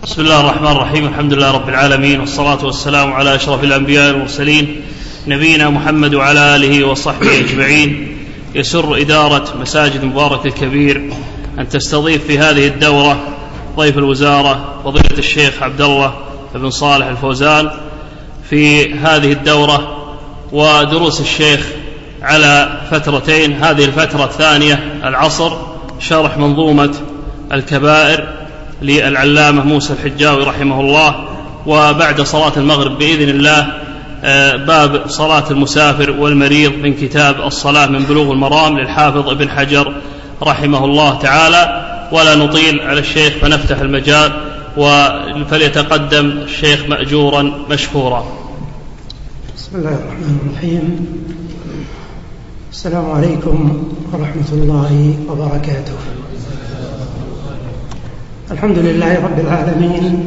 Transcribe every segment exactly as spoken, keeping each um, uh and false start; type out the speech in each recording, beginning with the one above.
بسم الله الرحمن الرحيم. الحمد لله رب العالمين، والصلاة والسلام على أشرف الأنبياء والمرسلين نبينا محمد وعلى آله وصحبه أجمعين. يسر إدارة مساجد مبارك الكبير أن تستضيف في هذه الدورة ضيف الوزارة فضيلة الشيخ عبد الله بن صالح الفوزان في هذه الدورة، ودروس الشيخ على فترتين. هذه الفترة الثانية العصر شرح منظومة الكبائر للعلامة موسى الحجاوي رحمه الله، وبعد صلاة المغرب بإذن الله باب صلاة المسافر والمريض من كتاب الصلاة من بلوغ المرام للحافظ ابن حجر رحمه الله تعالى. ولا نطيل على الشيخ فنفتح المجال، فليتقدم الشيخ مأجورا مشكورا. بسم الله الرحمن الرحيم. السلام عليكم ورحمة الله وبركاته. الحمد لله رب العالمين،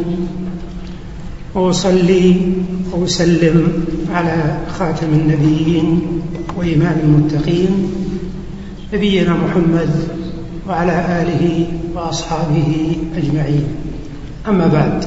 وأصلي وأسلم على خاتم النبيين وإمام المتقين نبينا محمد وعلى آله وأصحابه أجمعين. أما بعد،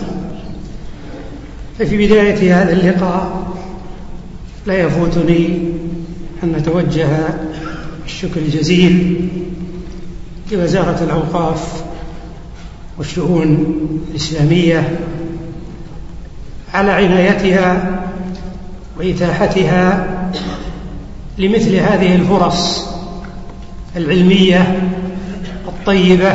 ففي بداية هذا اللقاء لا يفوتني أن نتوجه الشكر الجزيل لوزارة الأوقاف والشؤون الإسلامية على عنايتها وإتاحتها لمثل هذه الفرص العلمية الطيبة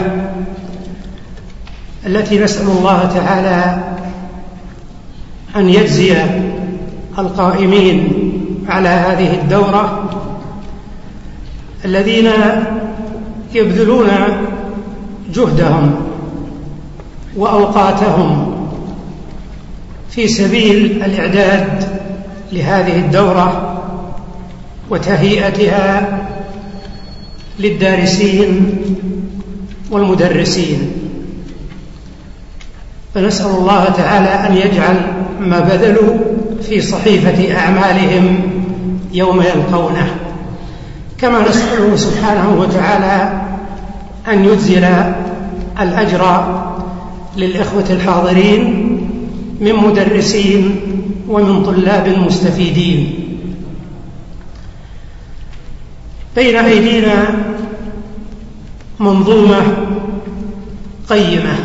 التي نسأل الله تعالى أن يجزي القائمين على هذه الدورة الذين يبذلون جهدهم وأوقاتهم في سبيل الإعداد لهذه الدورة وتهيئتها للدارسين والمدرسين، فنسأل الله تعالى أن يجعل ما بذلوا في صحيفة أعمالهم يوم يلقونه، كما نسأله سبحانه وتعالى أن يجزل الأجر للإخوة الحاضرين من مدرسين ومن طلاب مستفيدين. بين أيدينا منظومة قيمة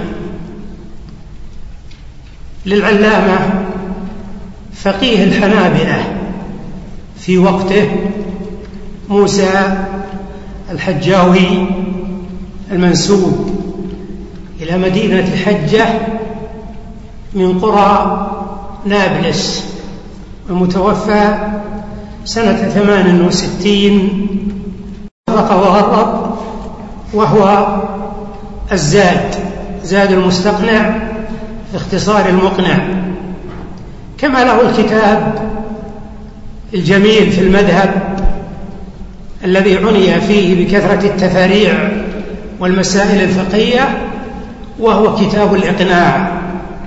للعلامة فقيه الحنابلة في وقته موسى الحجاوي المنسوب إلى مدينة حجة من قرى نابلس، المتوفى سنة ثمان وستين فرق وغرب، وهو الزاد زاد المستقنع في اختصار المقنع، كما له الكتاب الجميل في المذهب الذي عني فيه بكثرة التفاريع والمسائل الفقهية، وهو كتاب الإقناع.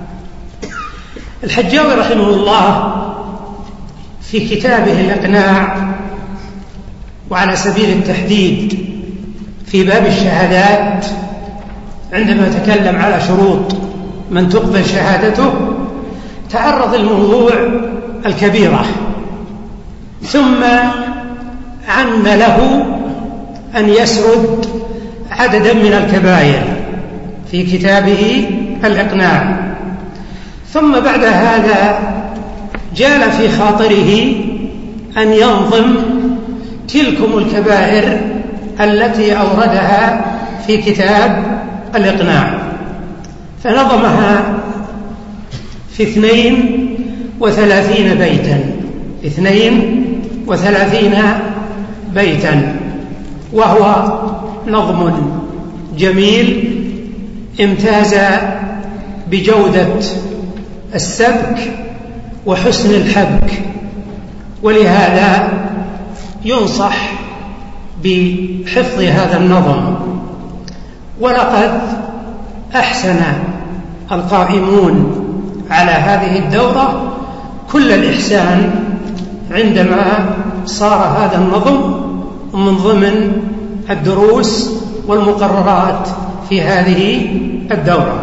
الحجاوي رحمه الله في كتابه الإقناع، وعلى سبيل التحديد في باب الشهادات عندما تكلم على شروط من تقبل شهادته، تعرض الموضوع الكبيرة، ثم عن له أن يسرد عددا من الكبائر في كتابه الإقناع، ثم بعد هذا جال في خاطره أن ينظم تلكم الكبائر التي أوردها في كتاب الإقناع، فنظمها في اثنين وثلاثين بيتا اثنين وثلاثين بيتا وهو نظم جميل امتاز بجودة السبك وحسن الحبك، ولهذا ينصح بحفظ هذا النظم. ولقد أحسن القائمون على هذه الدورة كل الإحسان عندما صار هذا النظم من ضمن الدروس والمقررات في هذه الدورة.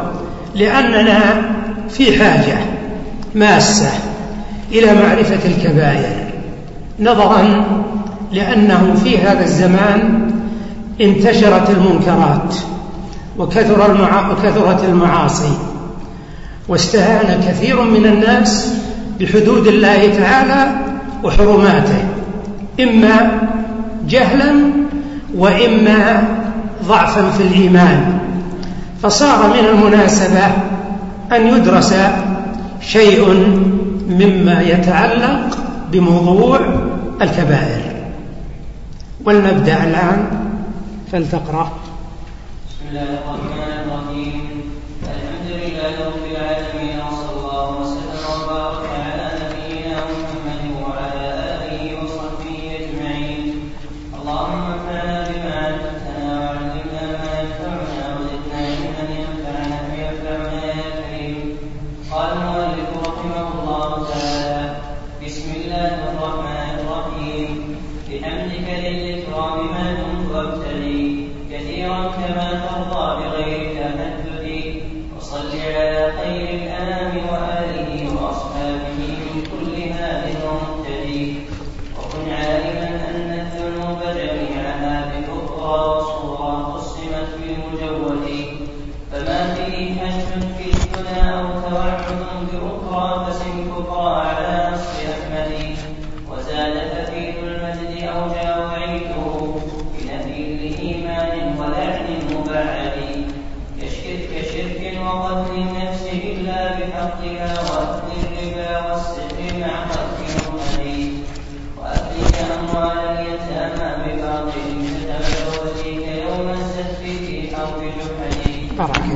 لأننا في حاجة ماسة إلى معرفة الكبائر، نظرا لأنه في هذا الزمان انتشرت المنكرات وكثر المع... وكثرت المعاصي، واستهان كثير من الناس بحدود الله تعالى وحرماته، إما جهلا وإما ضعفا في الإيمان، فصار من المناسبة أن يدرس شيء مما يتعلق بموضوع الكبائر. ولنبدأ الآن، فلتقرأ. بسم الله الرحمن الرحيم. الحمد لله رب العالمين، وصلى الله وسلم وبارك على نبينا محمد وعلى آله وصحبه أجمعين. اللهم انفعنا بما علمتنا وعلمنا ما ينفعنا وزدنا علما ينفعنا وينفعنا يا كريم. قال المؤلف رحمه الله تعالى: بسم الله الرحمن الرحيم. بحمدك للإكرام ما دمت أبتلي كثيرا كما ترضى بغير تمدد، وصل على خير الأنام وآله وأصحابه من كل هاد ومهتدي. وكن عالما أن الذنوب جميعها بكفرى وصورا قسمت بالمجود، فما فيه حشد في الدنا أو توعد بأخرى فسم كفرى على نصر أحمد. وزاد كثير المجد أو جاوعيته بنفي لإيمان ولعن مبعد، كشرك وقتل النفس إلا بحقها، وأكل الربا والسحر مع قتل محمد، وأكلك أموال اليتامى بباطل فتبلغ يوم الزف في حرب جحد. بركة.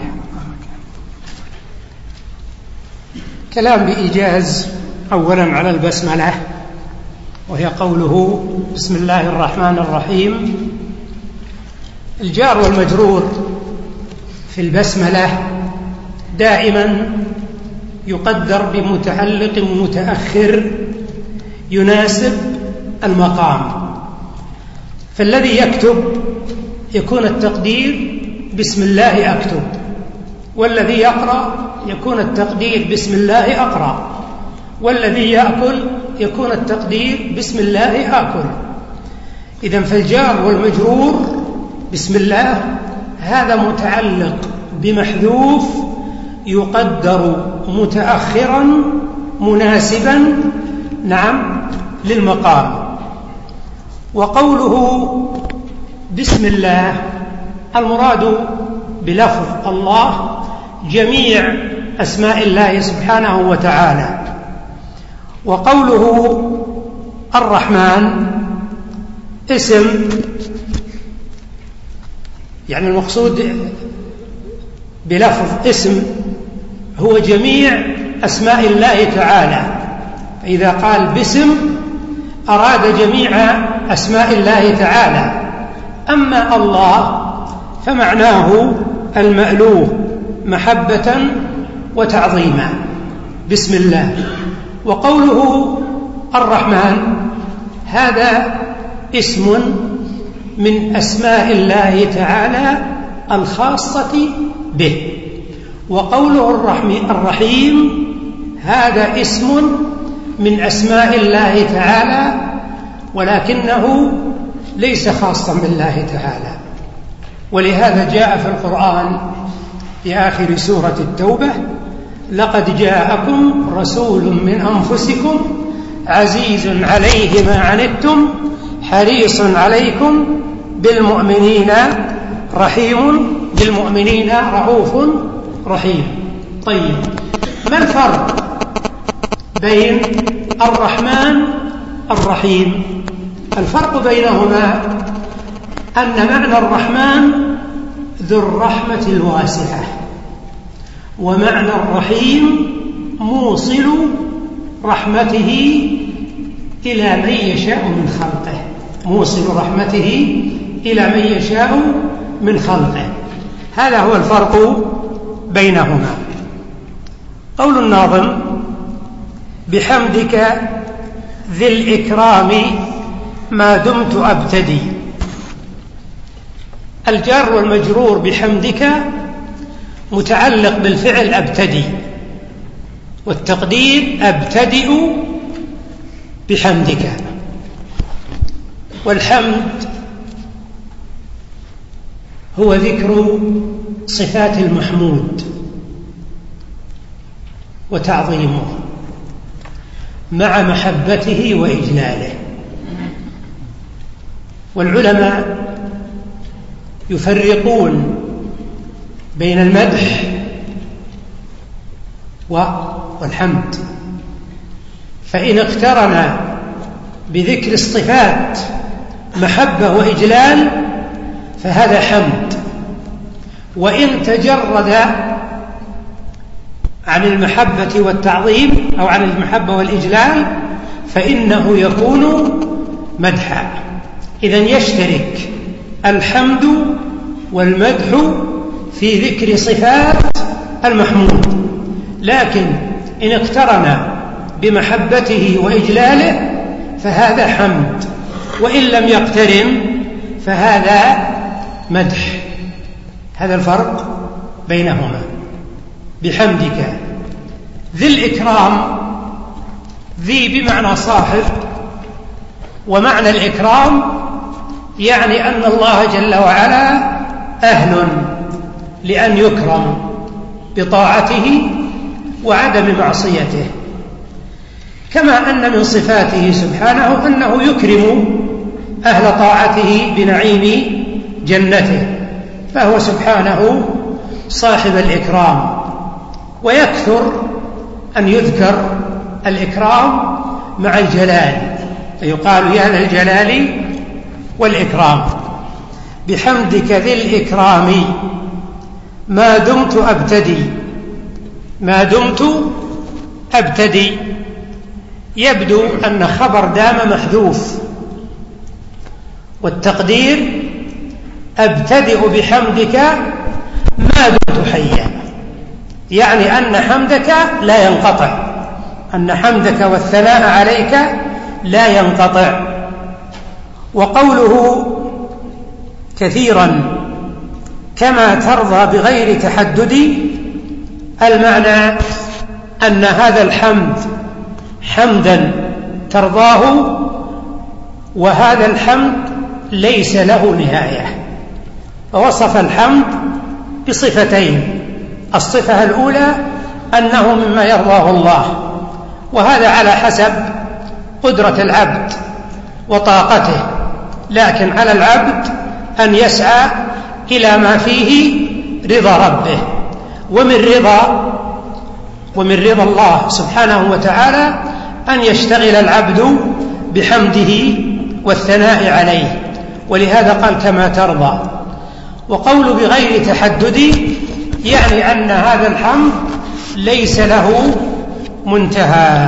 كلام بإيجاز أولا على البسملة، وهي قوله بسم الله الرحمن الرحيم. الجار والمجرور في البسملة دائما يقدر بمتعلق متأخر يناسب المقام، فالذي يكتب يكون التقدير بسم الله أكتب، والذي يقرأ يكون التقدير بسم الله أقرأ، والذي يأكل يكون التقدير بسم الله آكل. إذن فالجار والمجرور بسم الله هذا متعلق بمحذوف يقدر متأخرا مناسبا نعم للمقام. وقوله بسم الله المراد بلفظ الله جميع أسماء الله سبحانه وتعالى. وقوله الرحمن اسم، يعني المقصود بلفظ اسم هو جميع أسماء الله تعالى، فإذا قال باسم أراد جميع أسماء الله تعالى. أما الله فمعناه المألوه محبة وتعظيما بسم الله. وقوله الرحمن هذا اسم من أسماء الله تعالى الخاصة به. وقوله الرحيم هذا اسم من أسماء الله تعالى ولكنه ليس خاصا بالله تعالى، ولهذا جاء في القرآن في آخر سورة التوبة: لقد جاءكم رسول من أنفسكم عزيز عليه ما عنتم حريص عليكم بالمؤمنين رحيم بالمؤمنين رؤوف رحيم. طيب، ما الفرق بين الرحمن الرحيم؟ الفرق بينهما أن معنى الرحمن ذو الرحمة الواسعة، ومعنى الرحيم موصل رحمته إلى من يشاء من خلقه، موصل رحمته إلى من يشاء من خلقه. هذا هو الفرق بينهما. قول الناظم: بحمدك ذي الإكرام ما دمت أبتدي. الجار والمجرور بحمدك متعلق بالفعل أبتدي، والتقدير أبتدئ بحمدك. والحمد هو ذكر صفات المحمود وتعظيمه مع محبته وإجلاله. والعلماء يفرقون بين المدح والحمد، فإن اقترن بذكر الصفات محبة وإجلال فهذا حمد، وإن تجرد عن المحبة والتعظيم أو عن المحبة والإجلال فإنه يكون مدحا. إذن يشترك الحمد والمدح في ذكر صفات المحمود، لكن إن اقترن بمحبته وإجلاله فهذا حمد، وإن لم يقترن فهذا مدح. هذا الفرق بينهما. بحمدك ذي الإكرام، ذي بمعنى صاحب، ومعنى الإكرام يعني أن الله جل وعلا أهل لأن يكرم بطاعته وعدم معصيته، كما أن من صفاته سبحانه أنه يكرم أهل طاعته بنعيم جنته، فهو سبحانه صاحب الإكرام. ويكثر أن يذكر الإكرام مع الجلال، فيقال يا ذا الجلال والإكرام. بحمدك ذي الإكرام ما دمت أبتدي، ما دمت أبتدي، يبدو أن خبر دام محذوف، والتقدير أبتدئ بحمدك ما دمت حيا، يعني أن حمدك لا ينقطع، أن حمدك والثناء عليك لا ينقطع. وقوله كثيرا كما ترضى بغير تحدد، المعنى أن هذا الحمد حمدا ترضاه، وهذا الحمد ليس له نهاية. فوصف الحمد بصفتين: الصفة الأولى أنه مما يرضاه الله، وهذا على حسب قدرة العبد وطاقته، لكن على العبد أن يسعى إلى ما فيه رضا ربه. ومن رضا ومن رضا الله سبحانه وتعالى أن يشتغل العبد بحمده والثناء عليه، ولهذا قال كما ترضى. وقول بغير تحدد يعني أن هذا الحمد ليس له منتهى.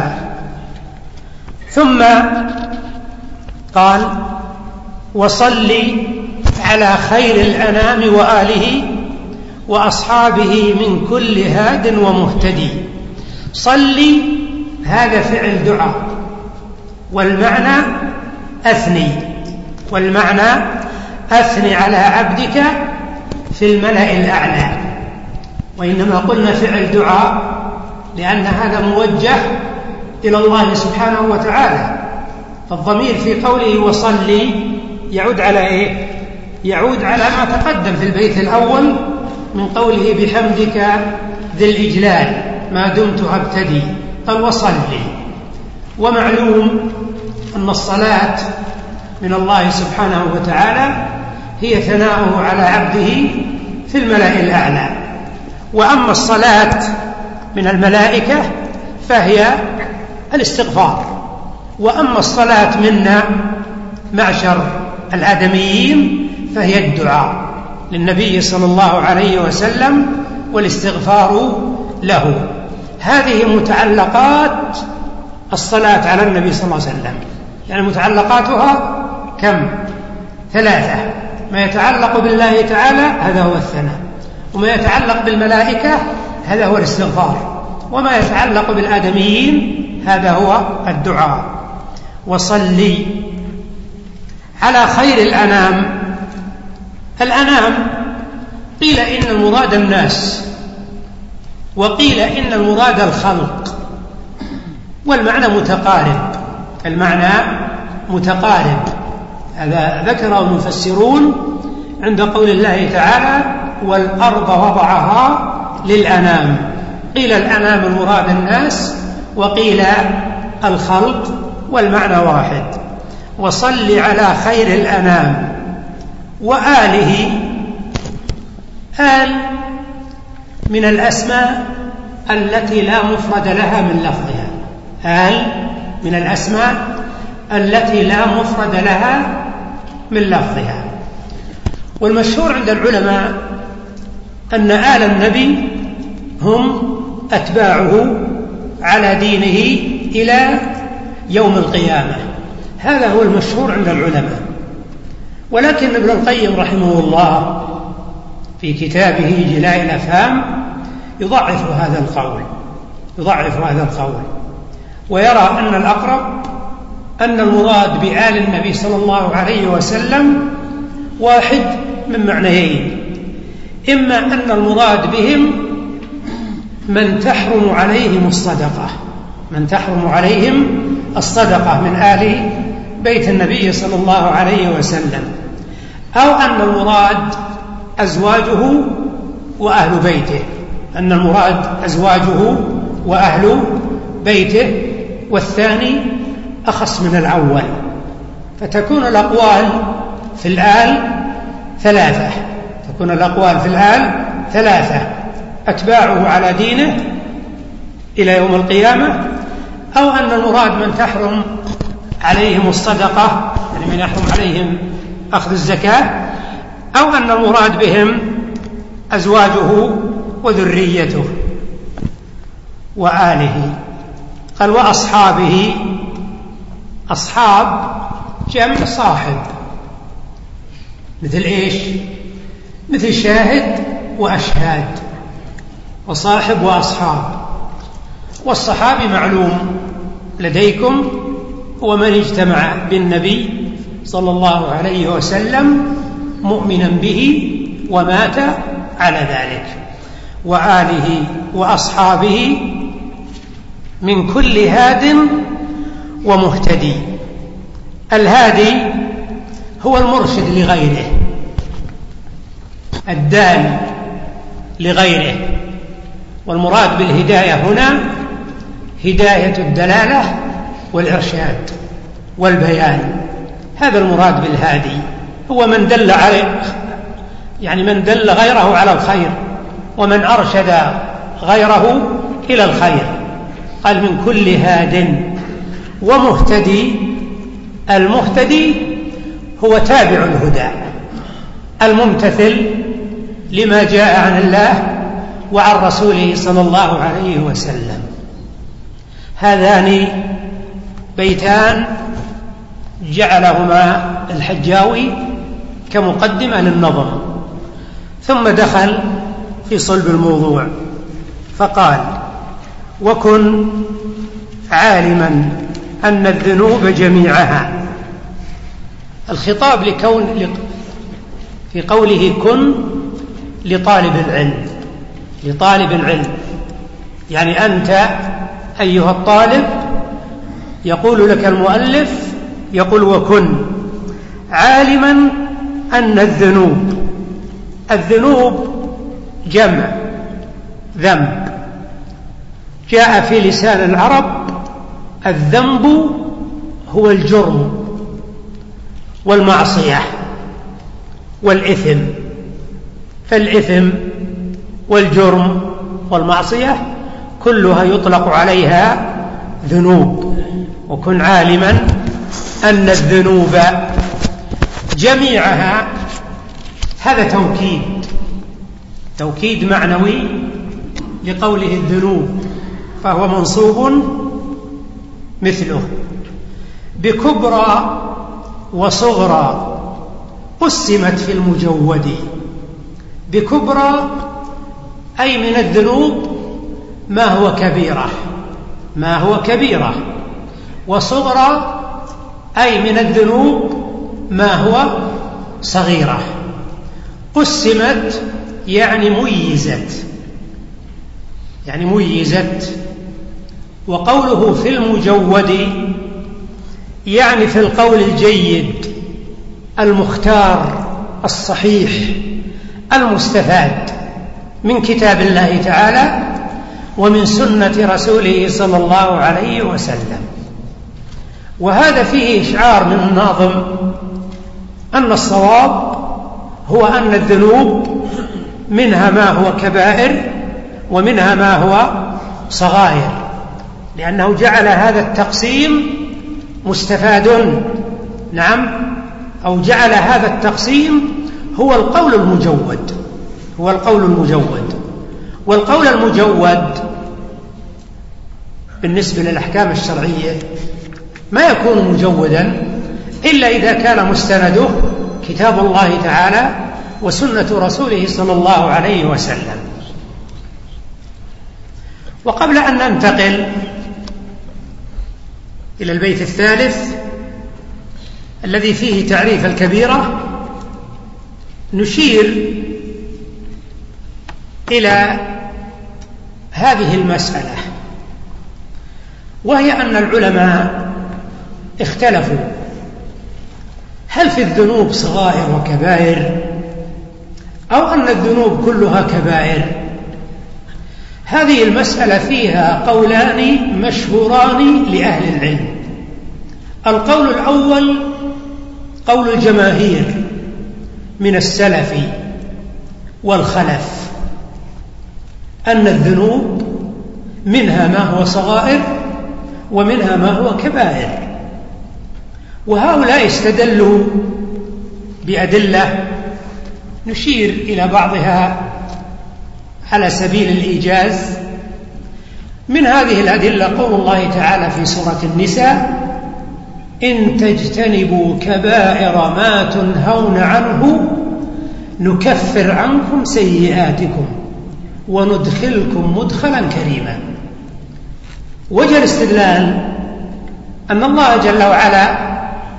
ثم قال وصل على خير الأنام وآله وأصحابه من كل هاد ومهتدي. صل هذا فعل دعاء، والمعنى أثني، والمعنى أثني على عبدك في الملأ الأعلى. وإنما قلنا فعل دعاء لأن هذا موجه إلى الله سبحانه وتعالى، فالضمير في قوله وصلي يعود على إيه؟ يعود على ما تقدم في البيت الأول من قوله بحمدك ذي الإجلال ما دمت أبتدي، قال وصلي. ومعلوم أن الصلاة من الله سبحانه وتعالى هي ثناؤه على عبده في الملأ الأعلى، وأما الصلاة من الملائكة فهي الاستغفار، وأما الصلاة منا معشر الآدميين فهي الدعاء للنبي صلى الله عليه وسلم والاستغفار له. هذه متعلقات الصلاة على النبي صلى الله عليه وسلم، يعني متعلقاتها كم؟ ثلاثة: ما يتعلق بالله تعالى هذا هو الثناء، وما يتعلق بالملائكة هذا هو الاستغفار، وما يتعلق بالآدميين هذا هو الدعاء. وصلي على خير الأنام. الأنام قيل إن المراد الناس، وقيل إن المراد الخلق، والمعنى متقارب، المعنى متقارب. هذا ذكره المفسرون عند قول الله تعالى: والأرض وضعها للأنام. قيل الأنام المراد الناس، وقيل الخلق، والمعنى واحد. وصل على خير الأنام وآله. آل من الأسماء التي لا مفرد لها من لفظها، آل من الأسماء التي لا مفرد لها من لفظها. والمشهور عند العلماء أن آل النبي هم أتباعه على دينه إلى يوم القيامة، هذا هو المشهور عند العلماء. ولكن ابن القيم رحمه الله في كتابه جلاء الأفهام يضعف هذا القول يضعف هذا القول ويرى أن الأقرب أن المراد بآل النبي صلى الله عليه وسلم واحد من معنيين: إما أن المراد بهم من تحرم عليهم الصدقة من تحرم عليهم الصدقة من آل بيت النبي صلى الله عليه وسلم، أو أن المراد أزواجه وأهل بيته أن المراد أزواجه وأهل بيته والثاني أخص من الأول. فتكون الأقوال في الآل ثلاثة تكون الأقوال في الآل ثلاثة: أتباعه على دينه إلى يوم القيامة، أو أن المراد من تحرم عليهم الصدقة، يعني من يحرم عليهم أخذ الزكاة، أو أن المراد بهم أزواجه وذريته وآله. قال: وأصحابه. أصحاب جمع صاحب، مثل إيش؟ مثل شاهد وأشهاد، وصاحب وأصحاب. والصحابي معلوم لديكم هو من اجتمع بالنبي صلى الله عليه وسلم مؤمنا به ومات على ذلك. وآله وأصحابه من كل هاد ومهتدي. الهادي هو المرشد لغيره، الدال لغيره. والمراد بالهداية هنا هداية الدلالة والإرشاد والبيان، هذا المراد بالهادي. هو من دل عليه، يعني من دل غيره على الخير، ومن أرشد غيره إلى الخير. قال: من كل هاد ومهتدي. المهتدي هو تابع الهدى الممتثل لما جاء عن الله وعن رسوله صلى الله عليه وسلم. هذان بيتان جعلهما الحجاوي كمقدمة للنظم، ثم دخل في صلب الموضوع فقال: وكن عالما أن الذنوب جميعها. الخطاب لكون في قوله كن لطالب العلم لطالب العلم يعني أنت أيها الطالب، يقول لك المؤلف، يقول: وكن عالما أن الذنوب. الذنوب جمع ذنب. جاء في لسان العرب الذنب هو الجرم والمعصية والإثم، فالإثم والجرم والمعصية كلها يطلق عليها ذنوب. وكن عالما أن الذنوب جميعها. هذا توكيد توكيد معنوي لقوله الذنوب، فهو منصوب مثله. بكبرى وصغرى قسمت في المجود. بكبرى أي من الذنوب ما هو كبيرة ما هو كبيرة وصغرى أي من الذنوب ما هو صغيرة. قسمت يعني ميزت، يعني ميزت. وقوله في المجود يعني في القول الجيد المختار الصحيح المستفاد من كتاب الله تعالى ومن سنة رسوله صلى الله عليه وسلم. وهذا فيه إشعار من الناظم أن الصواب هو أن الذنوب منها ما هو كبائر ومنها ما هو صغائر، لأنه جعل هذا التقسيم مستفاد. نعم، أو جعل هذا التقسيم هو القول المجود، هو القول المجود. والقول المجود بالنسبة للأحكام الشرعية ما يكون مجودا إلا إذا كان مستنده كتاب الله تعالى وسنة رسوله صلى الله عليه وسلم. وقبل أن ننتقل إلى البيت الثالث الذي فيه تعريف الكبيرة، نشير إلى هذه المسألة، وهي أن العلماء اختلفوا هل في الذنوب صغائر وكبائر أو أن الذنوب كلها كبائر. هذه المسألة فيها قولان مشهوران لأهل العلم. القول الأول قول الجماهير من السلف والخلف أن الذنوب منها ما هو صغائر ومنها ما هو كبائر. وهؤلاء استدلوا بأدلة نشير إلى بعضها على سبيل الإيجاز. من هذه الأدلة قول الله تعالى في سورة النساء: إن تجتنبوا كبائر ما تنهون عنه نكفر عنكم سيئاتكم وندخلكم مدخلا كريما. وجه الاستدلال أن الله جل وعلا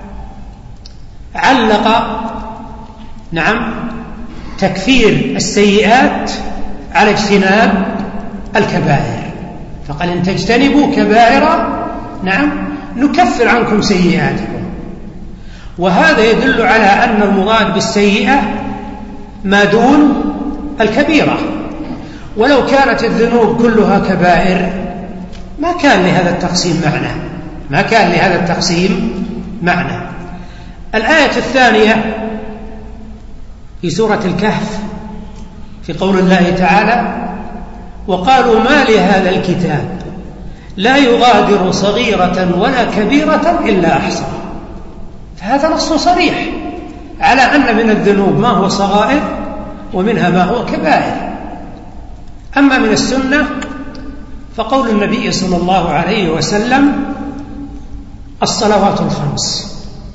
علق نعم تكفير السيئات على اجتناب الكبائر، فقال إن تجتنبوا كبائر نعم نكفر عنكم سيئاتكم. وهذا يدل على أن المراد بالسيئة ما دون الكبيرة، ولو كانت الذنوب كلها كبائر ما كان لهذا التقسيم معنى، ما كان لهذا التقسيم معنى. الآية الثانية في سورة الكهف في قول الله تعالى: وقالوا ما لهذا الكتاب لا يغادر صغيرة ولا كبيرة إلا أحصاها. فهذا نص صريح على أن من الذنوب ما هو صغائر ومنها ما هو كبائر. أما من السنة فقول النبي صلى الله عليه وسلم: الصلوات الخمس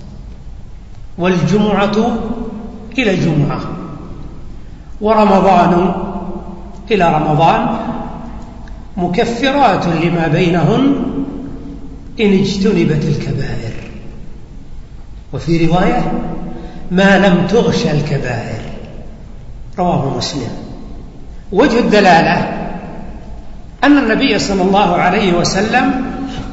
والجمعة إلى الجمعة ورمضان إلى رمضان مكفرات لما بينهن إن اجتنبت الكبائر. وفي رواية: ما لم تغش الكبائر. رواه مسلم. وجه الدلالة أن النبي صلى الله عليه وسلم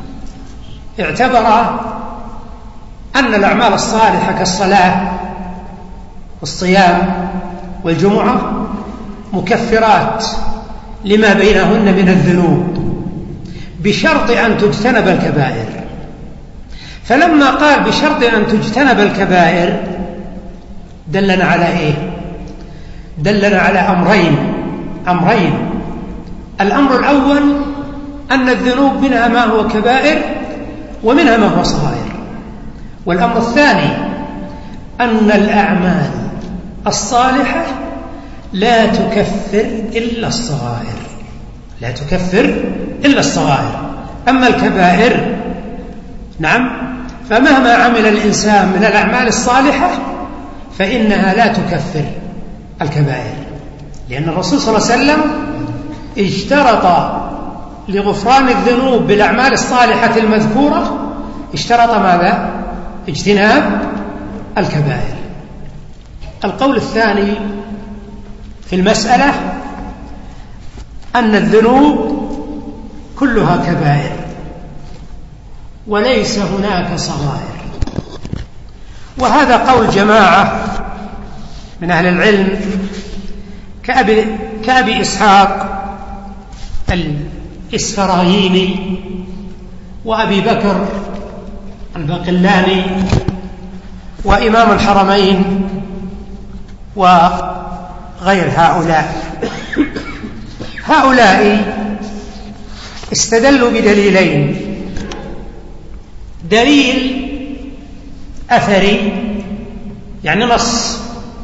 اعتبر أن الأعمال الصالحة كالصلاة والصيام والجمعة مكفرات لما بينهن من الذنوب بشرط أن تجتنب الكبائر. فلما قال بشرط أن تجتنب الكبائر دلنا على إيه؟ دلنا على أمرين أمرين الأمر الأول أن الذنوب منها ما هو كبائر ومنها ما هو صغائر. والأمر الثاني أن الأعمال الصالحة لا تكفر إلا الصغائر، لا تكفر إلا الصغائر. أما الكبائر نعم فمهما عمل الإنسان من الأعمال الصالحة فإنها لا تكفر الكبائر، لأن الرسول صلى الله عليه وسلم اشترط لغفران الذنوب بالأعمال الصالحة المذكورة اشترط ماذا؟ اجتناب الكبائر. القول الثاني في المسألة أن الذنوب كلها كبائر وليس هناك صغائر، وهذا قول جماعة من أهل العلم كأبي, كأبي إسحاق الإسفرايني وأبي بكر الباقلاني وإمام الحرمين وغير هؤلاء. هؤلاء استدلوا بدليلين: دليل أثري يعني نص،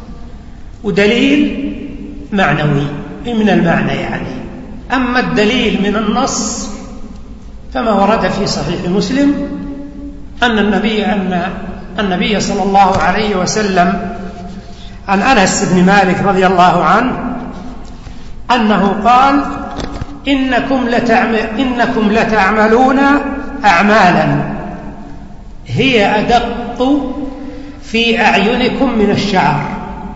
ودليل معنوي من المعنى يعني. أما الدليل من النص فما ورد في صحيح مسلم أن النبي أن النبي صلى الله عليه وسلم عن أنس بن مالك رضي الله عنه أنه قال: إنكم لتعمل إنكم لتعملون أعمالا هي أدق في أعينكم من الشعر،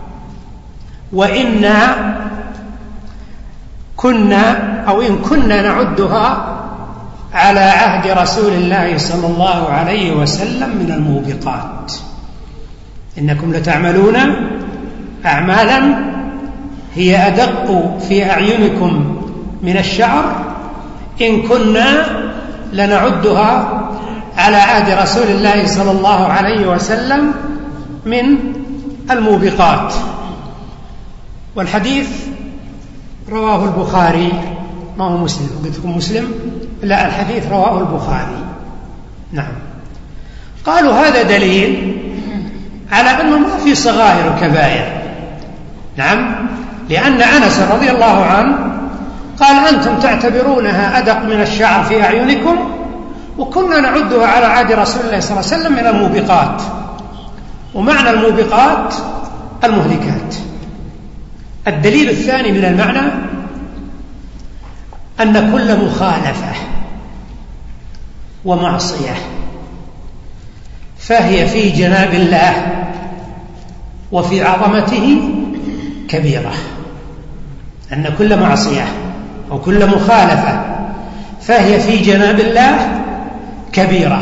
وإنا كنا أو إن كنا نعدها على عهد رسول الله صلى الله عليه وسلم من الموبقات. إنكم لتعملون أعمالا هي أدق في أعينكم من الشعر إن كنا لنعدها على عهد رسول الله صلى الله عليه وسلم من الموبقات. والحديث رواه البخاري، ما هو مسلم. قلت لكم مسلم؟ لا، الحديث رواه البخاري. نعم. قالوا هذا دليل على أنه ما في صغائر وكبائر. نعم، لأن أنس رضي الله عنه قال: أنتم تعتبرونها أدق من الشعر في أعينكم وكنا نعدها على عهد رسول الله صلى الله عليه وسلم من الموبقات. ومعنى الموبقات المهلكات. الدليل الثاني من المعنى أن كل مخالفة ومعصية فهي في جناب الله وفي عظمته كبيرة. أن كل معصية وكل مخالفة فهي في جناب الله كبيرة.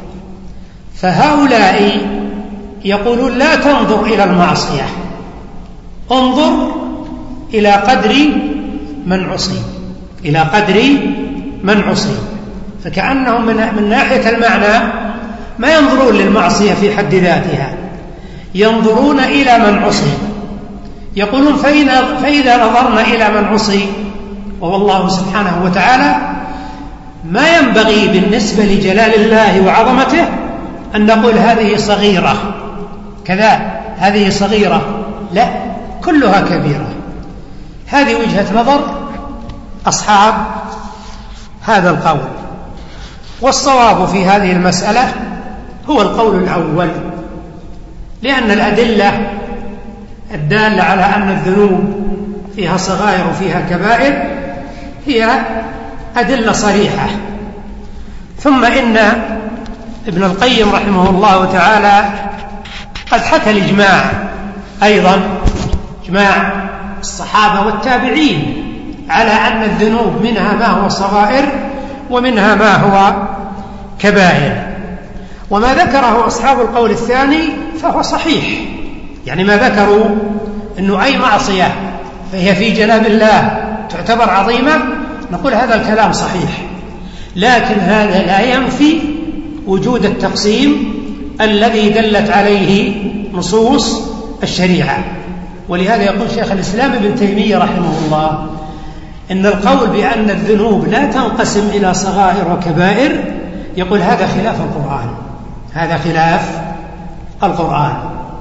فهؤلاء يقولون: لا تنظر إلى المعصية، انظر إلى قدر من عصي، إلى قدر من عصي. فكأنهم من ناحية المعنى ما ينظرون للمعصية في حد ذاتها، ينظرون إلى من عصي. يقولون: فإذا نظرنا إلى من عصي وهو الله سبحانه وتعالى ما ينبغي بالنسبة لجلال الله وعظمته أن نقول هذه صغيرة كذا، هذه صغيرة. لا، كلها كبيرة. هذه وجهة نظر أصحاب هذا القول. والصواب في هذه المسألة هو القول الأول، لأن الأدلة الدالة على أن الذنوب فيها صغائر وفيها كبائر هي أدلة صريحة. ثم إن ابن القيم رحمه الله تعالى قد حكى الإجماع أيضا، إجماع الصحابة والتابعين على أن الذنوب منها ما هو صغائر ومنها ما هو كبائر. وما ذكره أصحاب القول الثاني فهو صحيح، يعني ما ذكروا أنه أي معصية فهي في جناب الله تعتبر عظيمة، نقول هذا الكلام صحيح، لكن هذا لا ينفي وجود التقسيم الذي دلت عليه نصوص الشريعة. ولهذا يقول شيخ الإسلام ابن تيمية رحمه الله إن القول بأن الذنوب لا تنقسم إلى صغائر وكبائر، يقول هذا خلاف القرآن، هذا خلاف القرآن.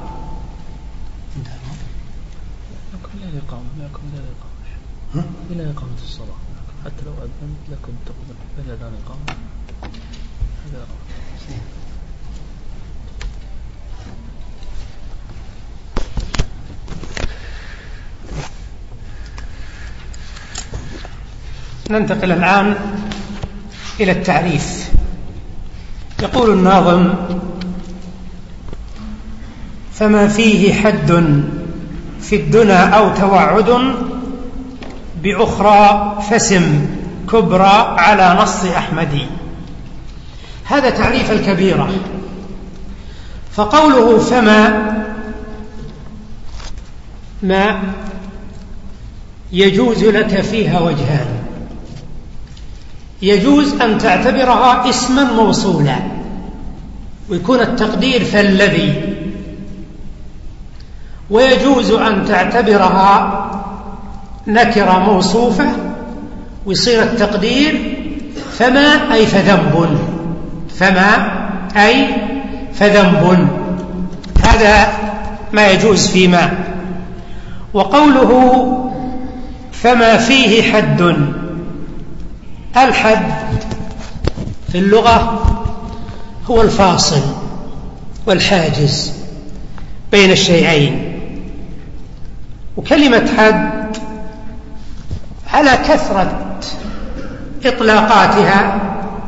إلى إقامة الصلاة، حتى لو أذنت لكم تقبل إلى أذان الإقامة. ننتقل الآن إلى التعريف. يقول الناظم: فما فيه حد في الدنا أو توعد بأخرى فسم كبرى على نص أحمدي. هذا تعريف الكبيرة. فقوله فما ما يجوز لك فيها وجهان. يجوز أن تعتبرها اسما موصولا ويكون التقدير فالذي، ويجوز أن تعتبرها نكرة موصوفة ويصير التقدير فما أي فذنب، فما أي فذنب. هذا ما يجوز فيما. وقوله فما فيه حد، الحد في اللغة هو الفاصل والحاجز بين الشيئين. وكلمة حد على كثرة إطلاقاتها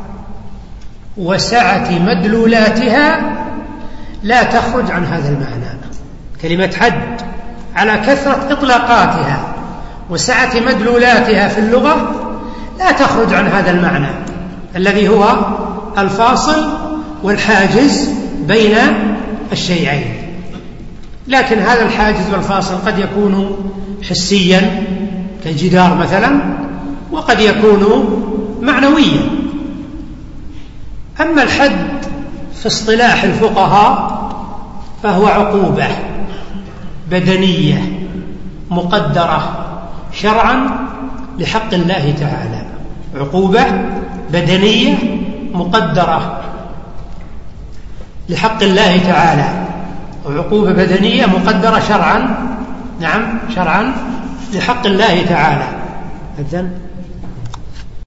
وسعة مدلولاتها لا تخرج عن هذا المعنى. كلمة حد على كثرة إطلاقاتها وسعة مدلولاتها في اللغة لا تخرج عن هذا المعنى الذي هو الفاصل والحاجز بين الشيئين. لكن هذا الحاجز والفاصل قد يكون حسيا كالجدار مثلا، وقد يكون معنويا. أما الحد في اصطلاح الفقهاء فهو عقوبة بدنية مقدرة شرعا لحق الله تعالى، عقوبة بدنية مقدرة لحق الله تعالى، وعقوبة بدنية مقدرة شرعا، نعم شرعا لحق الله تعالى. إذن